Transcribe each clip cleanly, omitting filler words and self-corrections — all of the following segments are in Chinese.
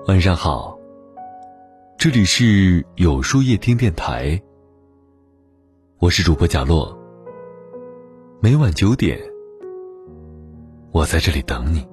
晚上好，这里是有书夜听电台，我是主播贾洛。每晚9点，我在这里等你。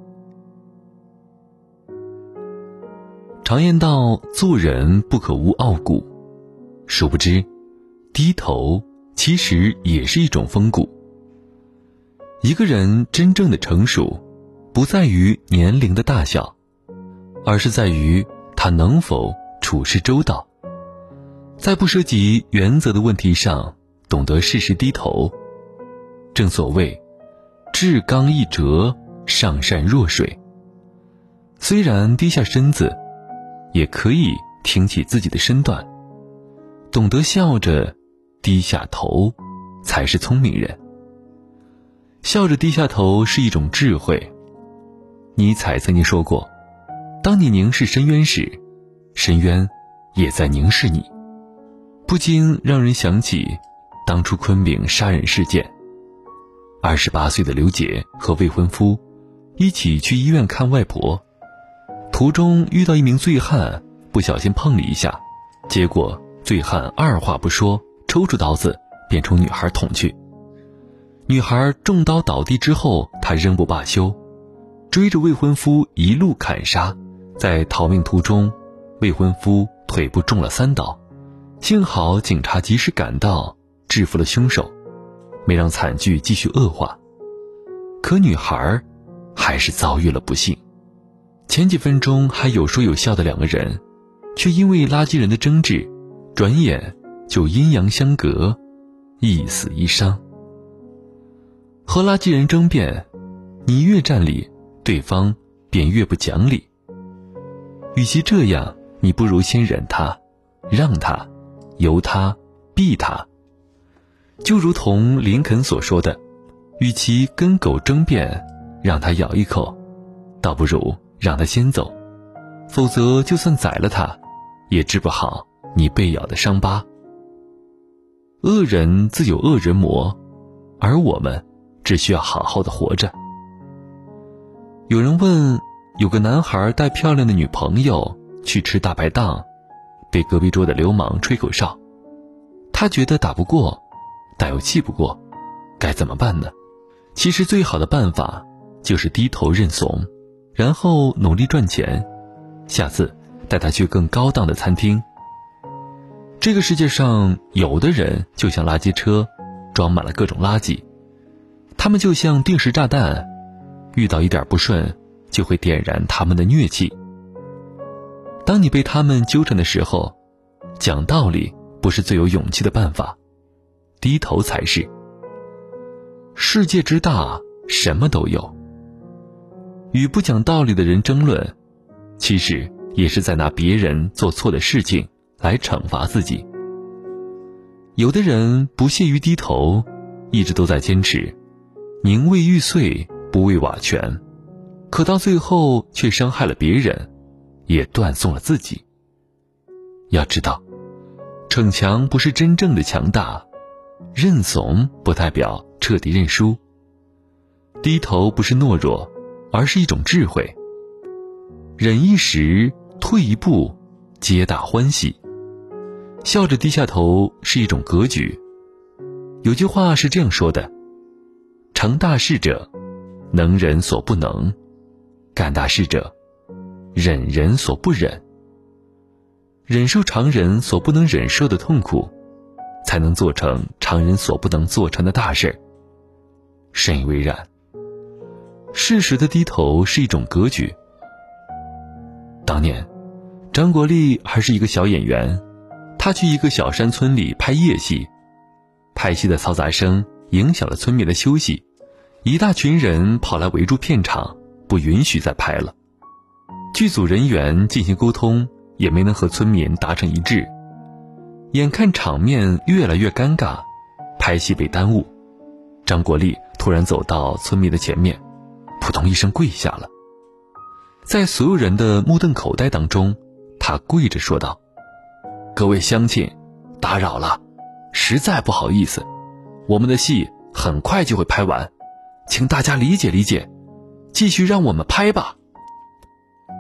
常言道，做人不可无傲骨，殊不知低头其实也是一种风骨。一个人真正的成熟，不在于年龄的大小，而是在于他能否处事周到，在不涉及原则的问题上懂得适时低头。正所谓至刚一折，上善若水，虽然低下身子，也可以挺起自己的身段，懂得笑着低下头才是聪明人。笑着低下头是一种智慧。尼采曾经说过，当你凝视深渊时，深渊也在凝视你，不禁让人想起当初昆明杀人事件。28岁的刘杰和未婚夫一起去医院看外婆，途中遇到一名醉汉，不小心碰了一下，结果醉汉二话不说，抽出刀子便冲女孩捅去。女孩中刀倒地之后，他仍不罢休，追着未婚夫一路砍杀，在逃命途中，未婚夫腿部中了3刀，幸好警察及时赶到，制服了凶手，没让惨剧继续恶化。可女孩还是遭遇了不幸。前几分钟还有说有笑的2个人，却因为垃圾人的争执，转眼就阴阳相隔，一死一伤。和垃圾人争辩，你越占理，对方便越不讲理。与其这样，你不如先忍他，让他，由他，避他。就如同林肯所说的，与其跟狗争辩，让它咬一口，倒不如让它先走，否则就算宰了它，也治不好你被咬的伤疤。恶人自有恶人磨，而我们只需要好好的活着。有人问，有个男孩带漂亮的女朋友去吃大排档，被隔壁桌的流氓吹口哨，他觉得打不过，但又气不过，该怎么办呢？其实最好的办法就是低头认怂，然后努力赚钱，下次带他去更高档的餐厅。这个世界上有的人就像垃圾车，装满了各种垃圾，他们就像定时炸弹，遇到一点不顺就会点燃他们的疟气。当你被他们纠缠的时候，讲道理不是最有勇气的办法，低头才是。世界之大，什么都有。与不讲道理的人争论，其实也是在拿别人做错的事情来惩罚自己。有的人不屑于低头，一直都在坚持宁为玉碎不为瓦全，可到最后却伤害了别人，也断送了自己。要知道，逞强不是真正的强大，认怂不代表彻底认输，低头不是懦弱，而是一种智慧。忍一时，退一步，皆大欢喜。笑着低下头是一种格局。有句话是这样说的，成大事者，能人所不能；干大事者，忍人所不忍。忍受常人所不能忍受的痛苦，才能做成常人所不能做成的大事。深以为然。适时的低头是一种格局。当年，张国立还是一个小演员，他去一个小山村里拍夜戏，拍戏的嘈杂声影响了村民的休息，一大群人跑来围住片场，不允许再拍了。剧组人员进行沟通，也没能和村民达成一致。眼看场面越来越尴尬，拍戏被耽误，张国立突然走到村民的前面，扑通一声跪下了。在所有人的目瞪口呆当中，他跪着说道：各位乡亲，打扰了，实在不好意思，我们的戏很快就会拍完，请大家理解理解，继续让我们拍吧。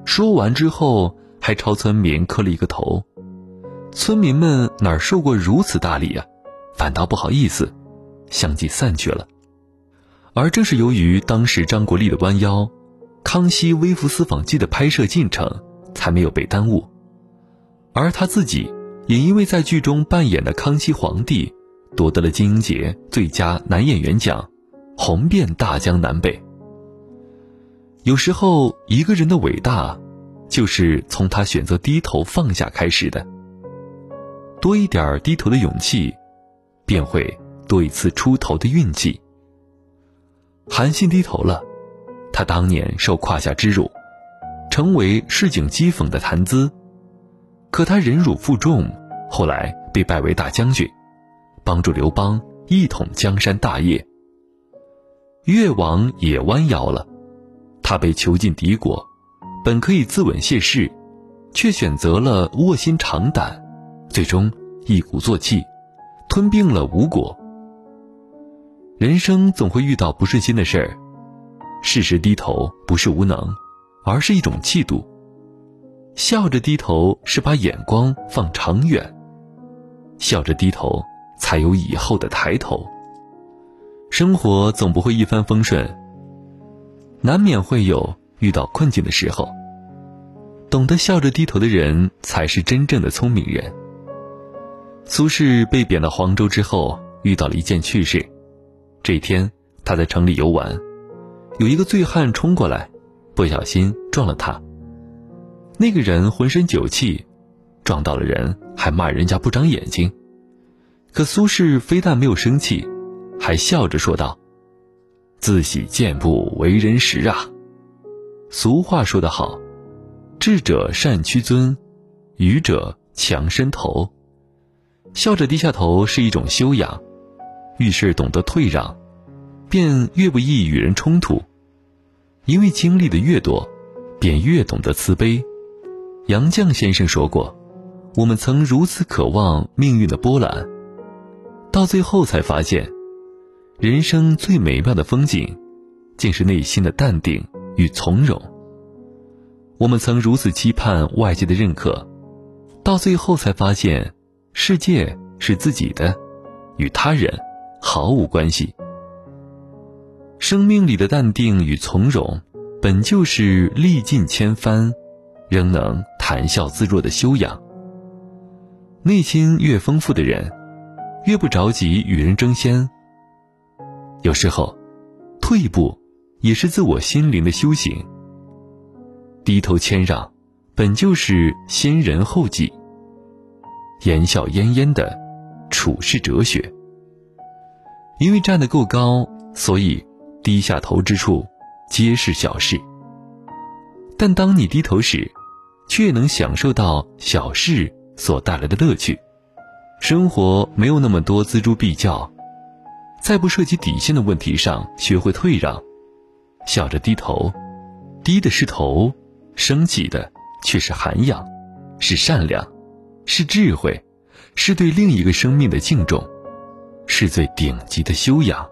说完之后还朝村民磕了一个头。村民们哪受过如此大礼啊，反倒不好意思，相继散去了。而正是由于当时张国立的弯腰，康熙微服私访记的拍摄进程才没有被耽误，而他自己也因为在剧中扮演的康熙皇帝夺得了金鹰节最佳男演员奖，红遍大江南北。有时候一个人的伟大就是从他选择低头放下开始的，多一点低头的勇气，便会多一次出头的运气。韩信低头了，他当年受胯下之辱，成为市井讥讽的谈资，可他忍辱负重，后来被拜为大将军，帮助刘邦一统江山大业。越王也弯腰了，他被囚禁敌国，本可以自刎谢世，却选择了卧薪尝胆，最终一鼓作气吞并了吴国。人生总会遇到不顺心的事儿，适时低头不是无能，而是一种气度。笑着低头是把眼光放长远，笑着低头才有以后的抬头。生活总不会一帆风顺，难免会有遇到困境的时候，懂得笑着低头的人才是真正的聪明人。苏轼被贬到黄州之后，遇到了一件趣事。这一天他在城里游玩，有一个醉汉冲过来，不小心撞了他。那个人浑身酒气，撞到了人还骂人家不长眼睛。可苏轼非但没有生气，还笑着说道：自喜见不为人识啊。俗话说得好，智者善屈尊，愚者强伸头。笑着低下头是一种修养，遇事懂得退让，便越不易与人冲突。因为经历的越多，便越懂得慈悲。杨绛先生说过，我们曾如此渴望命运的波澜，到最后才发现，人生最美妙的风景，竟是内心的淡定与从容。我们曾如此期盼外界的认可，到最后才发现，世界是自己的，与他人毫无关系。生命里的淡定与从容，本就是历尽千帆，仍能谈笑自若的修养。内心越丰富的人，越不着急与人争先。有时候，退一步也是自我心灵的修行。低头谦让，本就是先人后己，言笑晏晏的处世哲学。因为站得够高，所以低下头之处皆是小事。但当你低头时，却能享受到小事所带来的乐趣。生活没有那么多锱铢必较，在不涉及底线的问题上学会退让，笑着低头，低的是头，升起的却是涵养，是善良，是智慧，是对另一个生命的敬重，是最顶级的修养。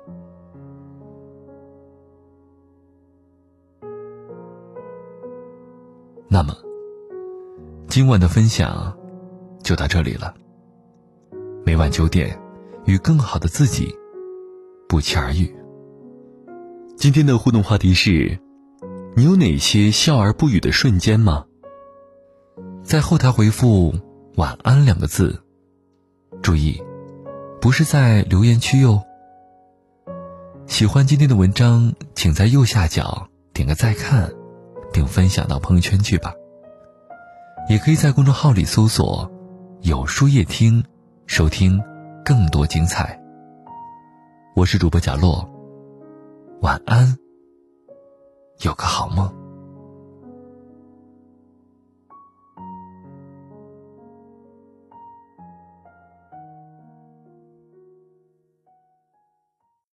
那么今晚的分享就到这里了。每晚9点，与更好的自己不期而遇。今天的互动话题是：你有哪些笑而不语的瞬间吗？在后台回复晚安2个字，注意不是在留言区哟。喜欢今天的文章，请在右下角点个再看，并分享到朋友圈去吧。也可以在公众号里搜索有书夜听，收听更多精彩。我是主播贾洛，晚安，有个好梦。